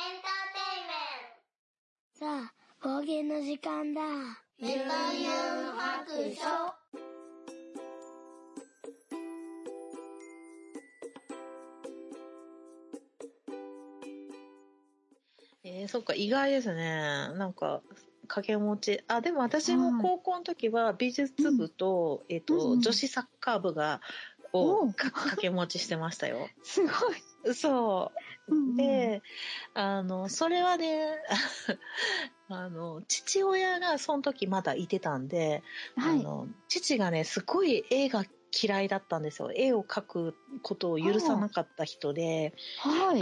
さあ、方言の時間だ。 メタユン白書。 そっか、意外ですね。なんか、掛け持ち。あ、でも私も高校の時は美術部と、女子サッカー部を掛け持ちしてましたよ。 すごい。 そう。で、それはね、父親がその時まだいてたんで、はい、父がね、すごい絵が嫌いだったんですよ。絵を描くことを許さなかった人で、はい、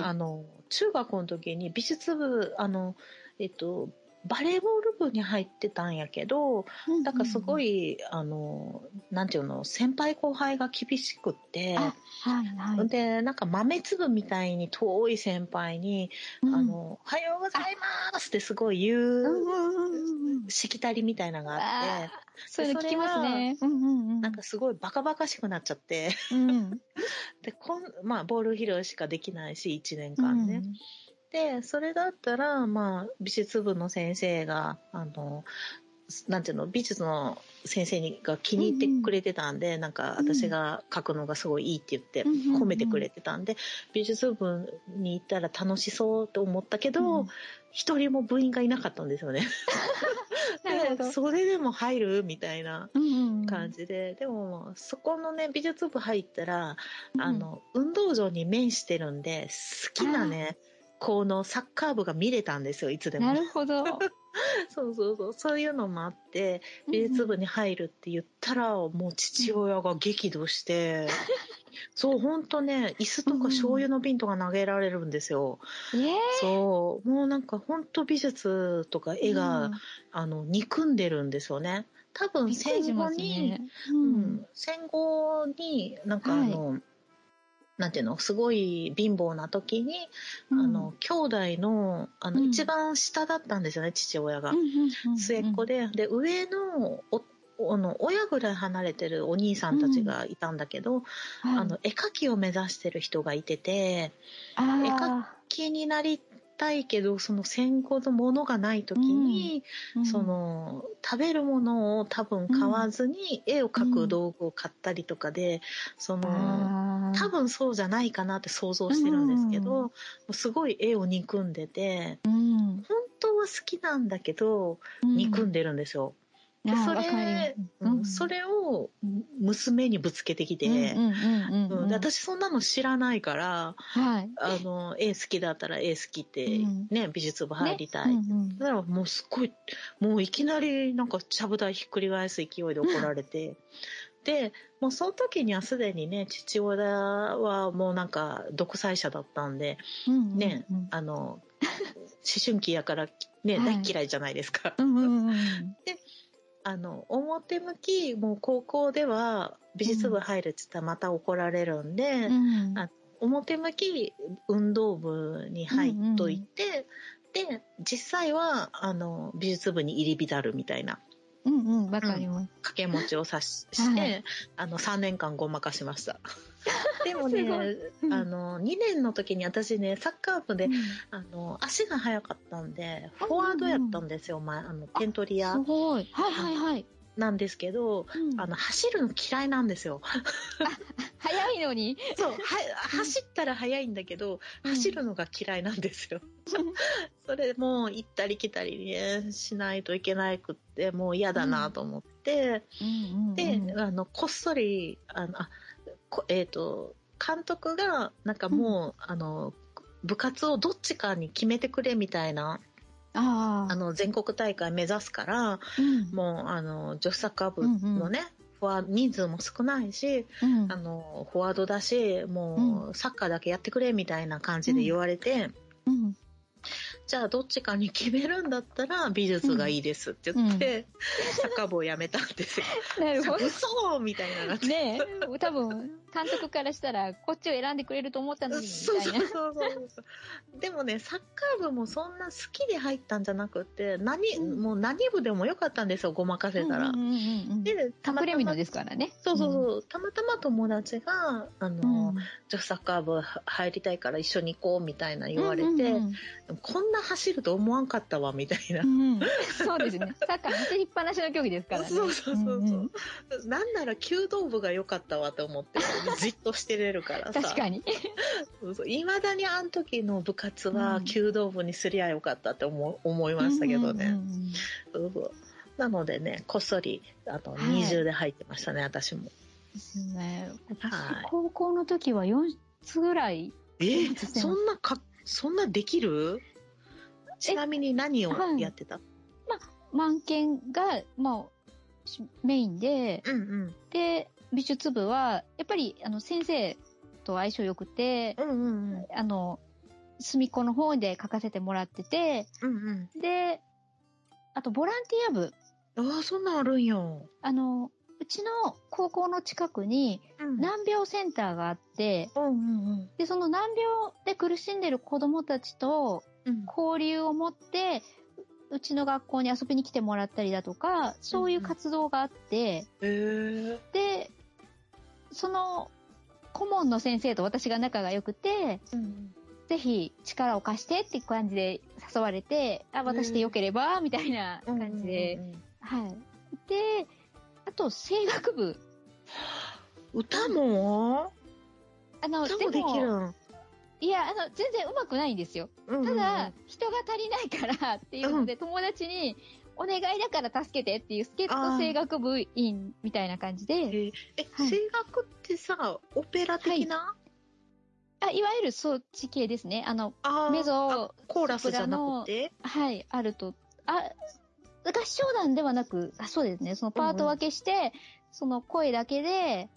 中学の時に美術部、バレーボール部に入ってたんやけど、だからすごい、なんていうの、先輩後輩が厳しくって、はいはい、で、なんか豆粒みたいに遠い先輩に、おはようございますってすごい言う、しきたりみたいなのがあって、 そういうの聞きますね。 なんかすごいバカバカしくなっちゃって、で、まあ、ボール拾いしかできないし、1年間ね。で、それだったら、まあ、美術部の先生が、なんていうの、美術の先生が気に入ってくれてたんで、なんか私が描くのがすごいいいって言って褒めてくれてたんで、美術部に行ったら楽しそうと思ったけど、一人も部員がいなかったんですよね。で、それでも入るみたいな感じで、でもそこのね、美術部入ったら、運動場に面してるんで、好きなね、このサッカー部が見れたんですよ、いつでも。 なるほど。 そういうのもあって、美術部に入るって言ったら、もう父親が激怒して、そう、ほんとね、椅子とか醤油の瓶とか投げられるんですよ。そう、もうなんかほんと美術とか絵が、憎んでるんですよね。多分戦後に、戦後になんかなんていうの、すごい貧乏な時に、兄弟の、一番下だったんですよね、父親が。末っ子で、で、上の、親ぐらい離れてるお兄さんたちがいたんだけど、絵描きを目指してる人がいてて、絵描きになりたいけど、その戦後のものがない時に、その食べるものを多分買わずに絵を描く道具を買ったりとかで、その多分そうじゃないかなって想像してるんですけど、すごい絵を憎んでて、本当は好きなんだけど、憎んでるんですよ。でそれを娘にぶつけてきて、で私そんなの知らないから、絵好きだったら絵好きって、ね、美術部入りたい。だからもうすっごい、もういきなりなんかちゃぶ台ひっくり返す勢いで怒られて、で、もうその時にはすでにね、父親はもうなんか独裁者だったんで、ね、思春期やからね、大嫌いじゃないですか。で表向きもう高校では美術部入るって言ったらまた怒られるんで、表向き運動部に入っといて、で実際は美術部に入り浸るみたいな、 わかります。 掛け持ちをして、3年間ごまかしました。でもね、2年の時に私ね、サッカー部で、足が速かったんで、フォワードやったんですよ、点取り屋。 すごい。 なんですけど、走るの嫌いなんですよ。 速いのに。 そう、走ったら速いんだけど、走るのが嫌いなんですよ。それもう行ったり来たりね、しないといけなくって、もう嫌だなと思って、で、こっそり、監督がなんかもう、部活をどっちかに決めてくれみたいな、全国大会目指すから、もう女子サッカー部のね、人数も少ないし、フォワードだし、もうサッカーだけやってくれみたいな感じで言われて、じゃあどっちかに決めるんだったら美術がいいですって言って、サッカー部を辞めたんですよ。 なるほど。 嘘みたいな。 ねえ、多分監督からしたらこっちを選んでくれると思ったのにみそうそうたいな。 そうそうでもね、サッカー部もそんな好きで入ったんじゃなくて、もう何部でもよかったんですよ、ごまかせたら。で、たまたま隠れ身のですからね。 そうそうそう、たまたま友達が女子サッカー部入りたいから一緒に行こうみたいな言われて、こんな走ると思わんかったわみたいな。 そうですね。サッカー走りっぱなしの競技ですからね。 そうそうそうそう。なんなら弓道部が良かったわと思ってじっとしてれるからさ。 確かに。 いまだにあの時の部活は弓道部にすりゃよかったって思いましたけどね。そうそう。なのでね、こっそり20で入ってましたね、私も。 ですね。高校の時は4つぐらい。 そんなできる？ちなみに何をやってた？ 満研が、メインで、で、美術部は、やっぱり、先生と相性良くて、隅っこの方で書かせてもらってて、で、あと、ボランティア部。 ああ、そんなんあるんや。 うちの高校の近くに難病センターがあって、で、その難病で苦しんでる子供たちと交流を持って、うちの学校に遊びに来てもらったりだとか、そういう活動があって、で、その顧問の先生と私が仲が良くて、ぜひ力を貸してって感じで誘われて、私で良ければみたいな感じで、はい。で、あと声楽部。 歌もでもできるん？ いや、全然上手くないんですよ。ただ、人が足りないからっていうので、友達に、お願いだから助けてっていう助っ人声楽部員みたいな感じで。 声楽ってさ、オペラ的な？ いわゆるそっち系ですね。メゾ、 コーラスじゃなくて？ はい、あると。合唱団ではなく、そうですね。そのパート分けして、その声だけで、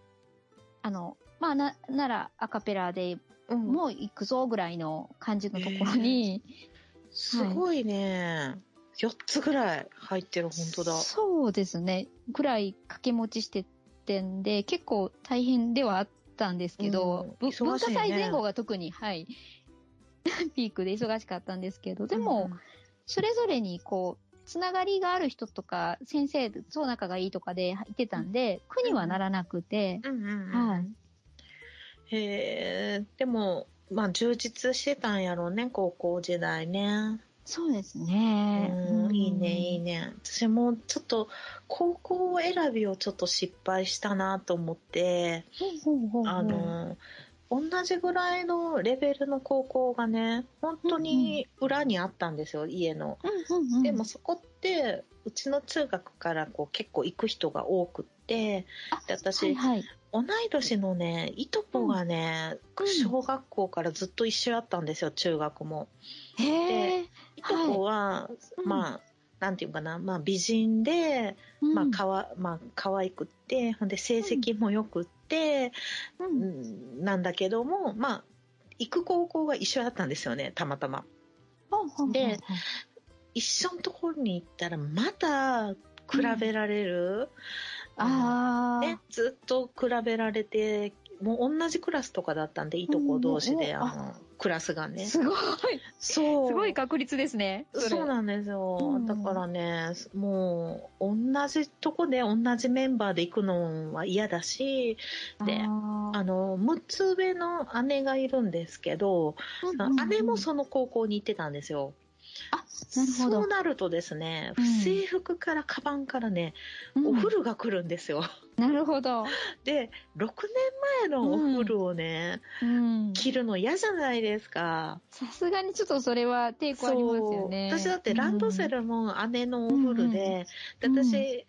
ならアカペラでもう行くぞぐらいの感じのところに。 すごいね。4つぐらい入ってる、本当だ。 そうですね。ぐらい掛け持ちしてってんで、結構大変ではあったんですけど、文化祭前後が特に、ピークで忙しかったんですけど、でも、それぞれにつながりがある人とか、先生と仲がいいとかでいてたんで、苦にはならなくて、 でも、充実してたんやろうね、高校時代ね。 そうですね。 いいね、いいね。私もちょっと、高校選びをちょっと失敗したなと思って、同じぐらいのレベルの高校がね、本当に裏にあったんですよ、家の。でもそこって、うちの中学から結構行く人が多くって、で私、同い年のね、いとこがね、小学校からずっと一緒やったんですよ、中学も。で、いとこは、なんていうかな、美人で、可愛くって、ほんで成績も良くって、なんだけども、行く高校が一緒だったんですよね、たまたま。で、一緒のところに行ったら、また比べられる。ずっと比べられて、もう同じクラスとかだったんで、いとこ同士で、クラスがね。 すごい。そう。すごい確率ですね。 そうなんですよ。だからね、もう、同じとこで同じメンバーで行くのは嫌だし、で、6つ上の姉がいるんですけど、姉もその高校に行ってたんですよ。 なるほど。 そうなるとですね、制服からカバンからね、お古が来るんですよ。 なるほど。 で、6年前のお古をね、着るの嫌じゃないですか。 さすがにちょっとそれは抵抗ありますよね。 私だってランドセルも姉のお古で、私、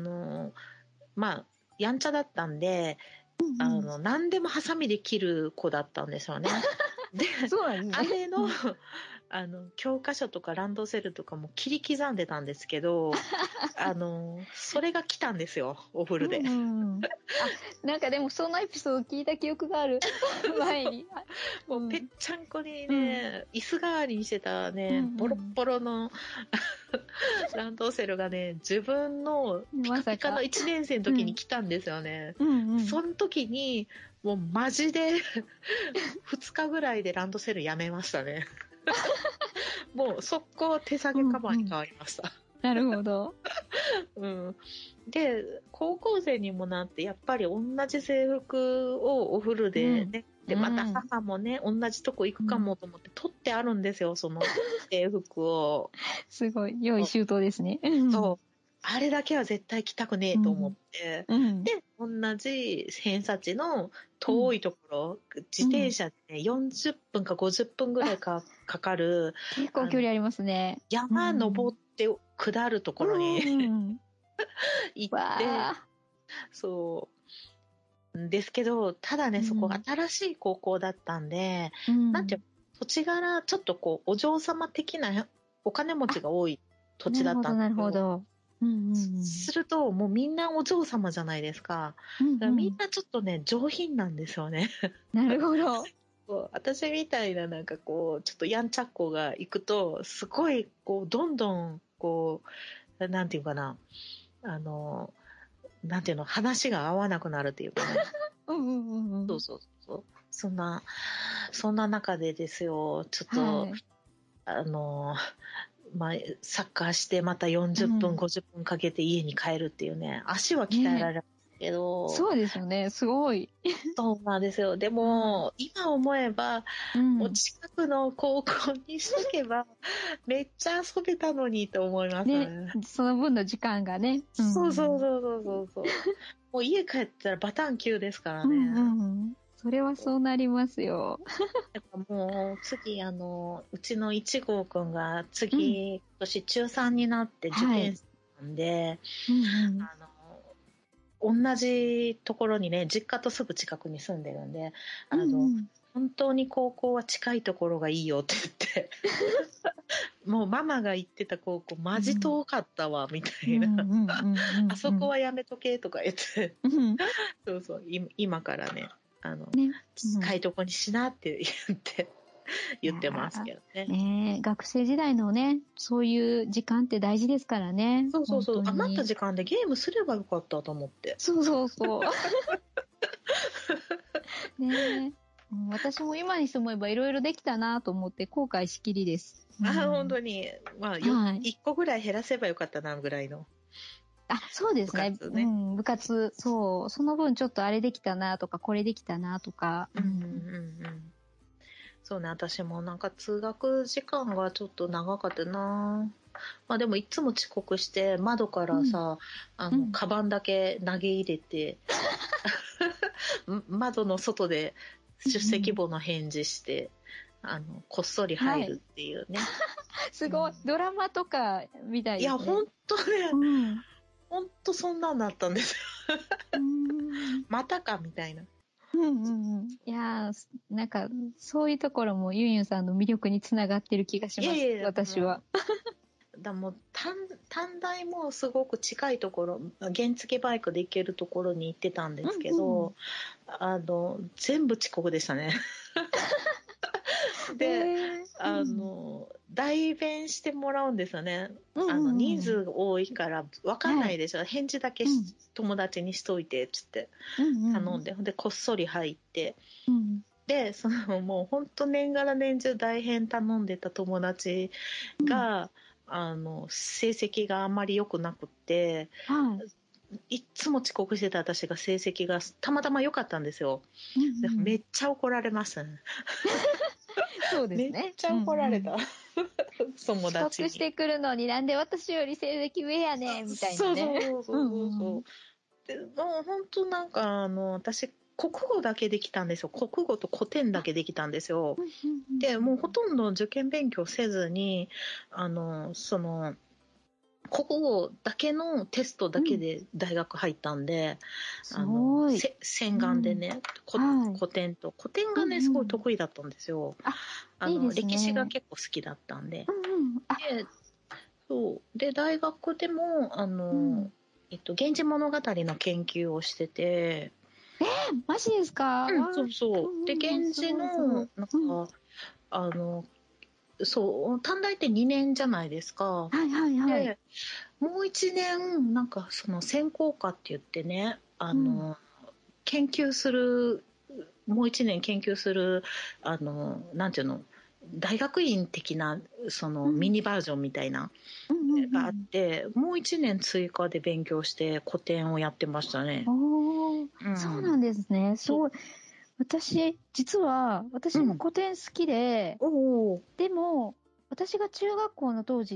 やんちゃだったんで、何でもハサミで切る子だったんですよね。 で、 そうなんですね。 あれの、教科書とかランドセルとかも切り刻んでたんですけど、それが来たんですよ、おフルで。 なんかでもそのエピソード聞いた記憶がある。前に。 もうぺっちゃんこにね、椅子代わりにしてたね、ボロッボロのランドセルがね、自分のピカピカの1年生の時に来たんですよね。その時に、もうマジで2日ぐらいでランドセルやめましたね。もう速攻手提げカバンに変わりました。 なるほど。 で、高校生にもなって、やっぱり同じ制服をおフルでね、で、また母もね、同じとこ行くかもと思って取ってあるんですよ、その制服を。 すごい、良い周到ですね。 そう。あれだけは絶対着たくねえと思って。で、同じ偏差値の遠いところ、自転車でね、40分か50分ぐらいかかる。 結構距離ありますね。 山登って下るところに行って、そうですけど、ただね、そこ新しい高校だったんで、なんていう土地柄ちょっとこうお嬢様的なお金持ちが多い土地だったんですよ。 なるほど。 するともうみんなお嬢様じゃないですか。だからみんなちょっとね上品なんですよね。 なるほど。 私みたいななんかこうちょっとやんちゃっ子が行くとすごいこうどんどんこうなんていうかななんていうの話が合わなくなるっていうかね。そうそんな中でですよちょっと、サッカーしてまた40分、50分かけて家に帰るっていうね、足は鍛えられるんですけど、 そうですよね、すごい。 そうなんですよ。でも、今思えば、もう近くの高校にしとけば、めっちゃ遊べたのにと思いますね。 その分の時間がね。 そう。もう家帰ったらバタン級ですからね。 それはそうなりますよ。 やっぱもう次うちの1号くんが次、今年中3になって受験生なんで、同じところにね実家とすぐ近くに住んでるんで本当に高校は近いところがいいよって言ってもうママが行ってた高校マジ遠かったわみたいなあそこはやめとけとか言ってそう今からね近いとこにしなって言ってますけどね。 学生時代のね、そういう時間って大事ですからね。 そう。余った時間でゲームすればよかったと思って。 そう。ね私も今にして思えばいろいろできたなと思って後悔しきりです。 本当に。1個ぐらい減らせばよかったなぐらいの。 そうですね。部活、そう。その分ちょっとあれできたなとか、これできたなとか。 そうね、私もなんか通学時間がちょっと長かったな。でもいつも遅刻して窓からさ、カバンだけ投げ入れて、窓の外で出席簿の返事して、こっそり入るっていうね。 すごい、ドラマとかみたいですね。 いや、ほんとね、ほんとそんなんだったんですよ。またかみたいな。 いやなんかそういうところもユンユンさんの魅力につながってる気がします。私は。 もう短大もすごく近いところ、原付バイクで行けるところに行ってたんですけど、全部遅刻でしたね。で、代弁してもらうんですよね。人数多いから分かんないでしょ。返事だけ友達にしといてっつって頼んで、でこっそり入って、でもう本当年がら年中代弁頼んでた友達が、成績があんまり良くなくって、いっつも遅刻してた私が成績がたまたま良かったんですよ。めっちゃ怒られましたね。 そうですね。 めっちゃ怒られた。友達に。 遅刻してくるのになんで私より成績上やねんみたいなね。 そう。でもう本当なんか私国語だけできたんですよ。国語と古典だけできたんですよ。でもうほとんど受験勉強せずに国語だけのテストだけで大学入ったんで、洗顔でね、古典がね、すごい得意だったんですよ。いいですね、歴史が結構好きだったんで。で大学でも源氏物語の研究をしてて。 マジですか？ そうそう。で源氏のなんかそう短大って2年じゃないですか。でもう1年なんかその専攻科って言ってね研究するもう1年研究するなんていうの大学院的なそのミニバージョンみたいながあって、もう1年追加で勉強して古典をやってましたね。 そうなんですね。すごい。実は私も古典好きで、でも私が中学校の当時って、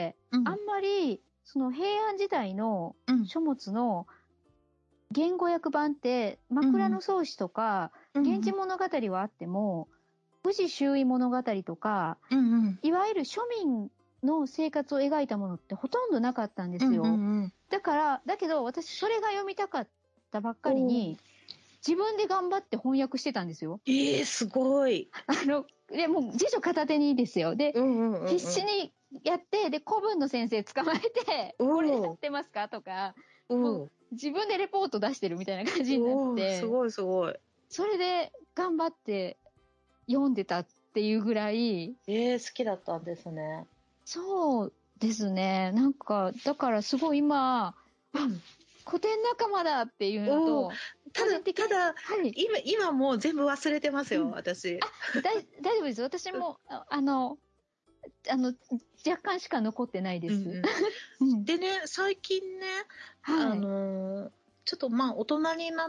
あんまりその平安時代の書物の言語訳版って枕草子とか源氏物語はあっても、富士周囲物語とか、いわゆる庶民の生活を描いたものってほとんどなかったんですよ。だけど私それが読みたかったばっかりに、自分で頑張って翻訳してたんですよ。 すごい。 でもう辞書片手にですよ。で、必死にやって、で、古文の先生捕まえて、これやってますかとか、もう自分でレポート出してるみたいな感じになって、 すごいすごい。それで頑張って読んでたっていうぐらい。 好きだったんですね。 そうですね。なんか、だからすごい今、古典仲間だっていうのと、 ただ、今もう全部忘れてますよ、私。 大丈夫です。私も、若干しか残ってないです。 でね、最近ね、ちょっと大人になって、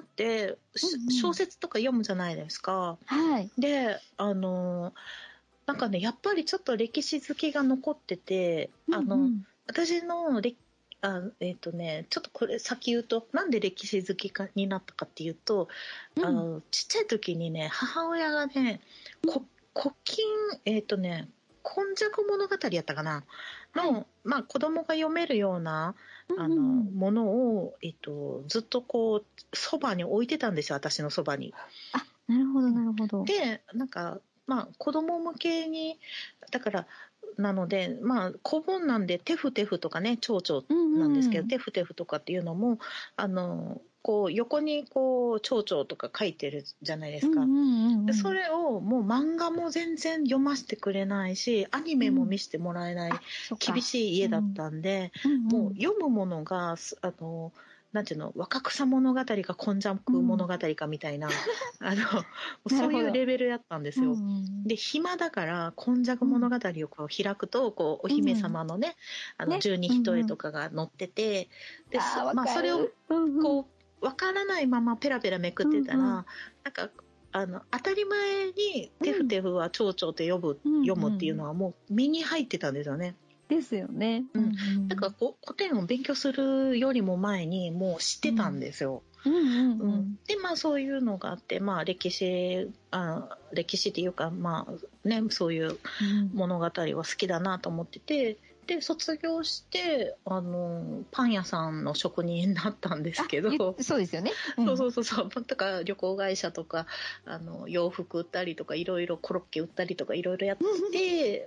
小説とか読むじゃないですか。で、なんかね、やっぱりちょっと歴史好きが残ってて、私のちょっとこれ先言うと、なんで歴史好きになったかっていうと、ちっちゃい時にね、母親がね、古今、今昔物語やったかなの、子供が読めるようなものを、ずっとこうそばに置いてたんですよ、私のそばに。 なるほどなるほど。 でなんか子供向けにだからなので古文なんでテフテフとかね蝶々なんですけど、テフテフとかっていうのもこう横にこう蝶々とか書いてるじゃないですか。でそれをもう漫画も全然読ませてくれないし、アニメも見せてもらえない厳しい家だったんで、もう読むものがなんていうの、若草物語か今昔物語かみたいな、そういうレベルやったんですよ。で暇だから今昔物語をこう開くとこうお姫様のね、十二単とかが載ってて、でそれをこう分からないままペラペラめくってたら、なんか当たり前にテフテフは蝶々って読むっていうのはもう身に入ってたんですよね。 ですよね。 だから古典を勉強するよりも前にもう知ってたんですよ。でそういうのがあって歴史っていうかそういう物語は好きだなと思ってて、で卒業してパン屋さんの職人になったんですけど。 そうですよね。 そうとか旅行会社とか洋服売ったりとかいろいろコロッケ売ったりとかいろいろやって、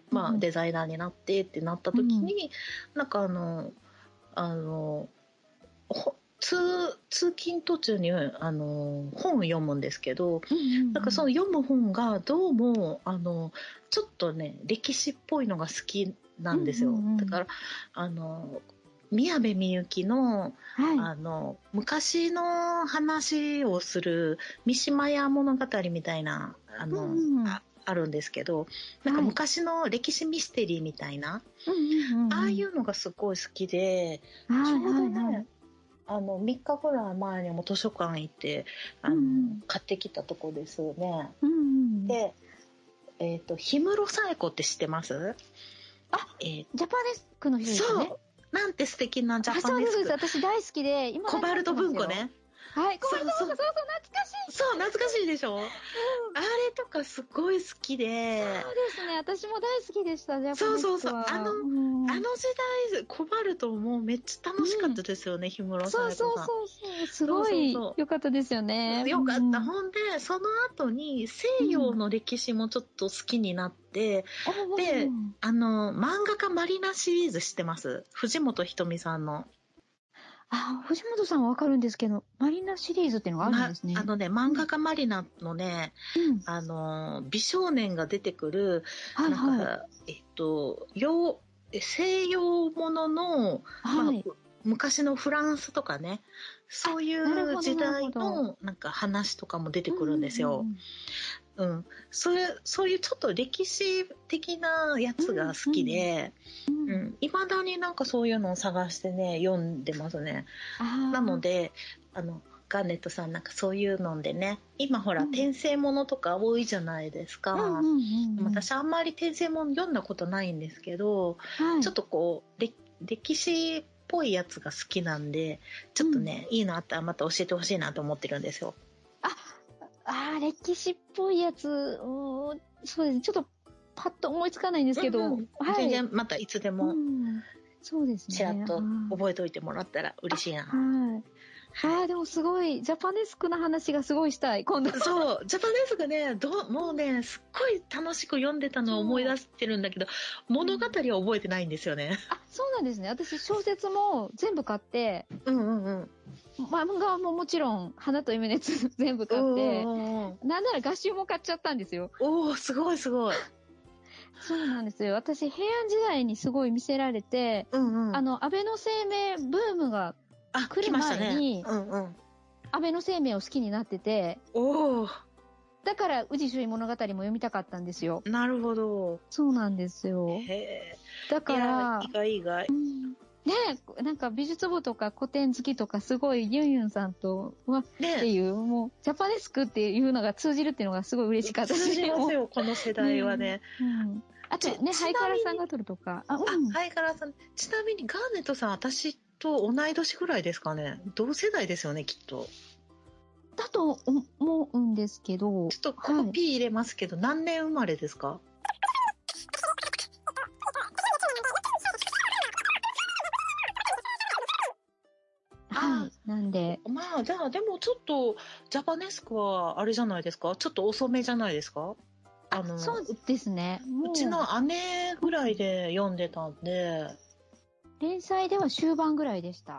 デザイナーになってってなった時に、なんか通勤途中に本を読むんですけど、なんかその読む本がどうもちょっとね歴史っぽいのが好きなんですよ。だから宮部みゆきの、昔の話をする三島屋物語みたいなあるんですけど、なんか昔の歴史ミステリーみたいな、ああいうのがすごい好きで、ちょうどね3日ぐらい前にも図書館行って買ってきたとこですよね。で氷室冴子って知ってます？ ジャパネスクの人ですね。 そう、なんて素敵なジャパネスク。 そうです、私大好きでコバルト文庫ね。 はい、小森智子、そう、懐かしい。 そう、懐かしいでしょ、あれとかすごい好きで。 そうですね、私も大好きでした、ジャパネスクは。 そう。あの時代、コバルトもめっちゃ楽しかったですよね、氷室冴子さん。 そう。すごい良かったですよね。 良かった。ほんで、その後に西洋の歴史もちょっと好きになって、で、漫画家マリナシリーズ知ってます？藤本ひとみさんの。 藤本さんはわかるんですけど、マリナシリーズっていうのがあるんですね。 漫画家マリナのね、美少年が出てくる、西洋ものの、昔のフランスとかね、そういう時代のなんか話とかも出てくるんですよ。そういうちょっと歴史的なやつが好きで、未だになんかそういうのを探してね、読んでますね。なので、ガーネットさんなんかそういうのでね、今ほら、転生ものとか多いじゃないですか。私あんまり転生もの読んだことないんですけど、ちょっとこう、歴史っぽいやつが好きなんで、ちょっとね、いいのあったらまた教えてほしいなと思ってるんですよ。 歴史っぽいやつ、そうですね、ちょっとパッと思いつかないんですけど、 全然またいつでも、 そうですね、 ちらっと覚えておいてもらったら嬉しいな。 でもすごいジャパネスクの話がすごいしたい、今度。 そう、ジャパネスクね、もうね、すっごい楽しく読んでたのを思い出してるんだけど、物語は覚えてないんですよね。 そうなんですね。私小説も全部買って、漫画ももちろん花と夢のやつ全部買って、なんなら画集も買っちゃったんですよ。 すごい。 そうなんですよ。私平安時代にすごい見せられて、安倍の生命ブームが来る前に、安倍の生命を好きになってて、だから宇治周囲物語も読みたかったんですよ。 なるほど。 そうなんですよ。だから意外。 なんか美術部とか古典好きとかすごいユンユンさんとっていう、もうジャパネスクっていうのが通じるっていうのがすごい嬉しかったです。 通じますよ、この世代はね。 あとね、ハイカラさんが撮るとか。 ハイカラさん。ちなみにガーネットさん、私と同い年ぐらいですかね。同世代ですよね、きっと。 だと思うんですけど。 ちょっとここ P 入れますけど、何年生まれですか？ なんで。 じゃあ、でもちょっと、ジャパネスクは、あれじゃないですか？ちょっと遅めじゃないですか？ そうですね。 うちの姉ぐらいで読んでたんで。 連載では終盤ぐらいでした。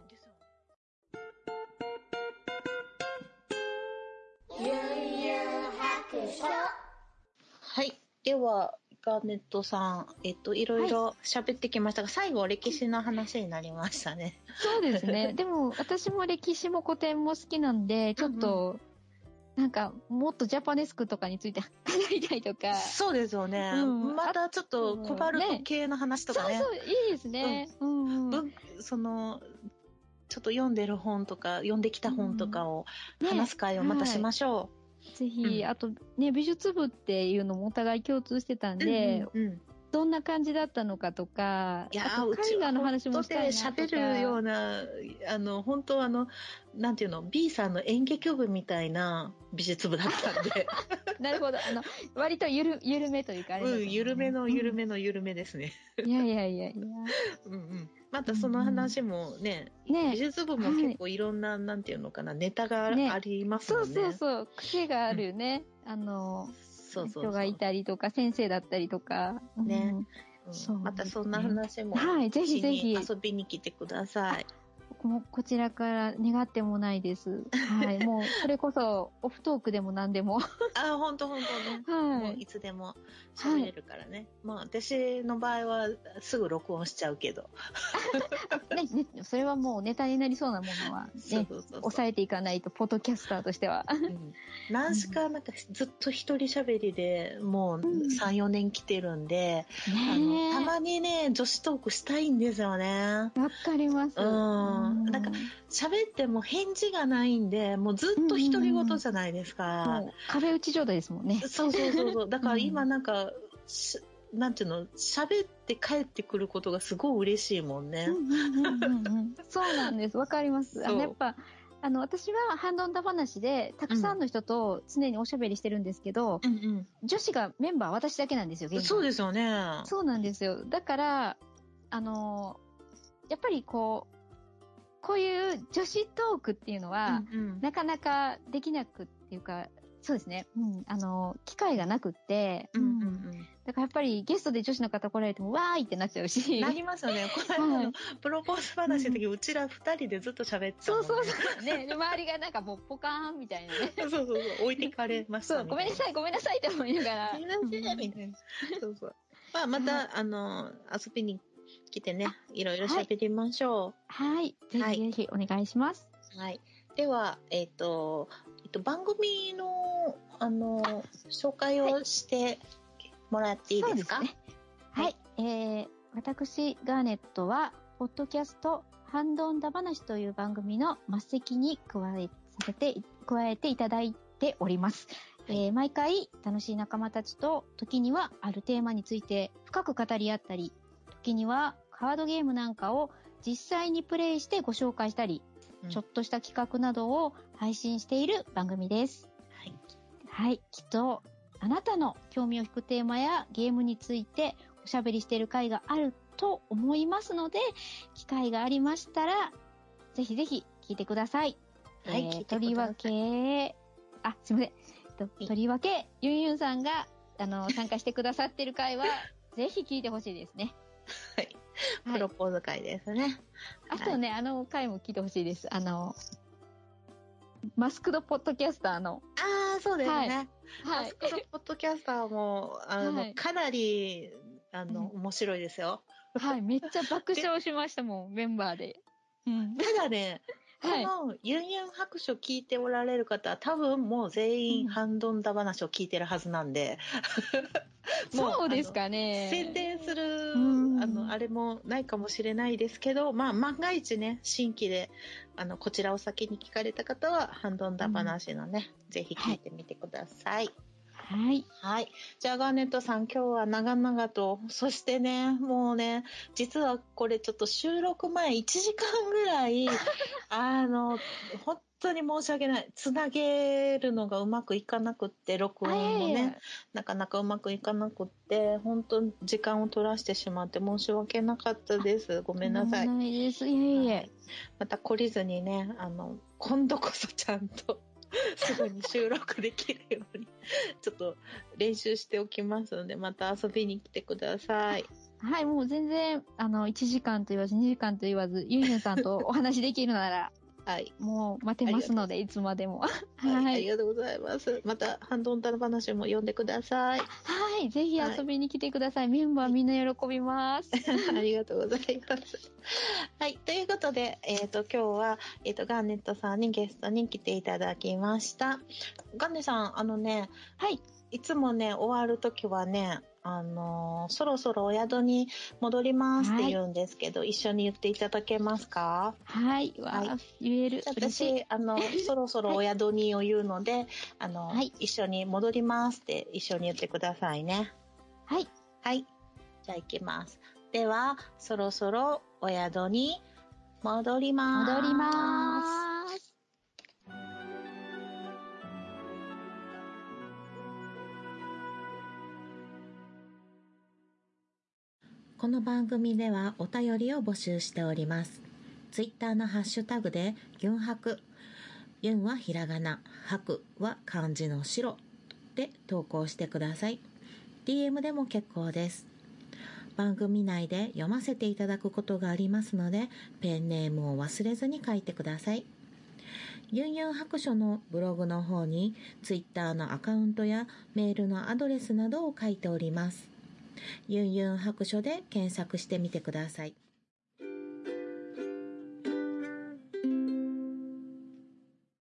はい。では、ガーネットさん、いろいろ喋ってきましたが、最後、歴史の話になりましたね。 そうですね。でも、私も歴史も古典も好きなんで、ちょっと、なんか、もっとジャパネスクとかについて語りたいとか。 そうですよね。またちょっと、コバルト系の話とかね。 そう、いいですね。 ちょっと読んでる本とか、読んできた本とかを話す会をまたしましょう。 ぜひ、あとね、美術部っていうのもお互い共通してたんで、どんな感じだったのかとか、あと絵画の話もしたいなとか。 喋るような、本当なんていうの、B さんの演劇部みたいな美術部だったんで。 なるほど。割と緩めというか、 緩めですね。 いや。 またその話もね、美術部も結構いろんな、なんていうのかな、ネタがありますもんね。 そう。癖があるね。人がいたりとか、先生だったりとか。 またそんな話も、 ぜひぜひ遊びに来てください。 もうこちらから願ってもないです。もうそれこそオフトークでも何でも。 本当ね。もういつでも喋れるからね。私の場合はすぐ録音しちゃうけど。 それはもうネタになりそうなものはね、抑えていかないと、ポッドキャスターとしては。 何しかなんかずっと一人喋りでもう3、4年来てるんで、たまにね、女子トークしたいんですよね。 わかります。 なんか喋っても返事がないんで、もうずっと独り言じゃないですか。 壁打ち状態ですもんね。 そう。だから今なんか、なんていうの、喋って帰ってくることがすごい嬉しいもんね。 そうなんです。わかります。やっぱ私はハンドンダ話で、たくさんの人と常におしゃべりしてるんですけど、女子がメンバー私だけなんですよ、 そうですよね。 そうなんですよ。だから、やっぱりこういう女子トークっていうのは、なかなかできなくっていうか、そうですね。機会がなくって、だからやっぱりゲストで女子の方来られても、わーいってなっちゃうし。 なりますよね。この間のプロポーズ話の時、うちら2人でずっと喋ってたもんね。 そうね。周りがなんかもうポカーンみたいなね。 そう、置いてかれました。 そう、ごめんなさいって思いながら。 すいません、みたいな。そう。また、遊びに来てね、いろいろ喋りましょう。 はい。ぜひぜひお願いします。 はい。では、番組の、紹介をしてもらっていいですか？ そうですね。はい。私、ガーネットは、ポッドキャスト、ハンドンダ話という番組の末席に加えていただいております。毎回、楽しい仲間たちと、時にはあるテーマについて深く語り合ったり、時にはカードゲームなんかを実際にプレイしてご紹介したり、ちょっとした企画などを配信している番組です。はい。きっと、あなたの興味を引くテーマやゲームについておしゃべりしている回があると思いますので、機会がありましたら、ぜひぜひ聞いてください。 はい。 とりわけ、すいません。とりわけ、ユンユンさんが、参加してくださっている回は、ぜひ聞いてほしいですね。 はい。プロポーズ回ですね。 あとね、回も聞いてほしいです。マスクドポッドキャスターの。 そうですね。マスクドポッドキャスターも、かなり、面白いですよ。 はい、めっちゃ爆笑しましたもん、メンバーで。 ただね、このユンユン白書聞いておられる方は多分もう全員ハンドンダ話を聞いてるはずなんで、 そうですかね。 宣伝するあれもないかもしれないですけど、万が一ね、新規でこちらを先に聞かれた方はハンドンダ話のね、ぜひ聞いてみてください。 はい。 はい。じゃあ、ガーネットさん、今日は長々と、そしてね、もうね、実はこれちょっと収録前1時間ぐらい、本当に申し訳ない。つなげるのがうまくいかなくって、録音もね、なかなかうまくいかなくって、本当時間を取らせてしまって申し訳なかったです。ごめんなさい。 ないです。いえ。 また懲りずにね、今度こそちゃんと、すぐに収録できるようにちょっと練習しておきますので、また遊びに来てください。 はい、もう全然1時間と言わず2時間と言わず、ユンユンさんとお話できるならはい。 もう待てますので、いつまでも。 はい。ありがとうございます。また、ハンドンタの話も読んでください。 はい。ぜひ遊びに来てください。メンバーみんな喜びます。 ありがとうございます。はい。ということで、今日は、ガーネットさんにゲストに来ていただきました。ガーネさん、はい。いつもね、終わるときはね、そろそろお宿に戻りますって言うんですけど、はい、一緒に言っていただけますか？ はい。はい、言える。 私、そろそろお宿にを言うので、はい、一緒に戻りますって一緒に言ってくださいね。 はい。 はい。じゃあ行きます。では、そろそろお宿に戻ります。 戻ります。 この番組ではお便りを募集しております。ツイッターのハッシュタグでユンハク、ユンはひらがな、ハクは漢字の白で投稿してください。DM でも結構です。番組内で読ませていただくことがありますので、ペンネームを忘れずに書いてください。ユンユン白書のブログの方にツイッターのアカウントやメールのアドレスなどを書いております。ユンユン白書で検索してみてください。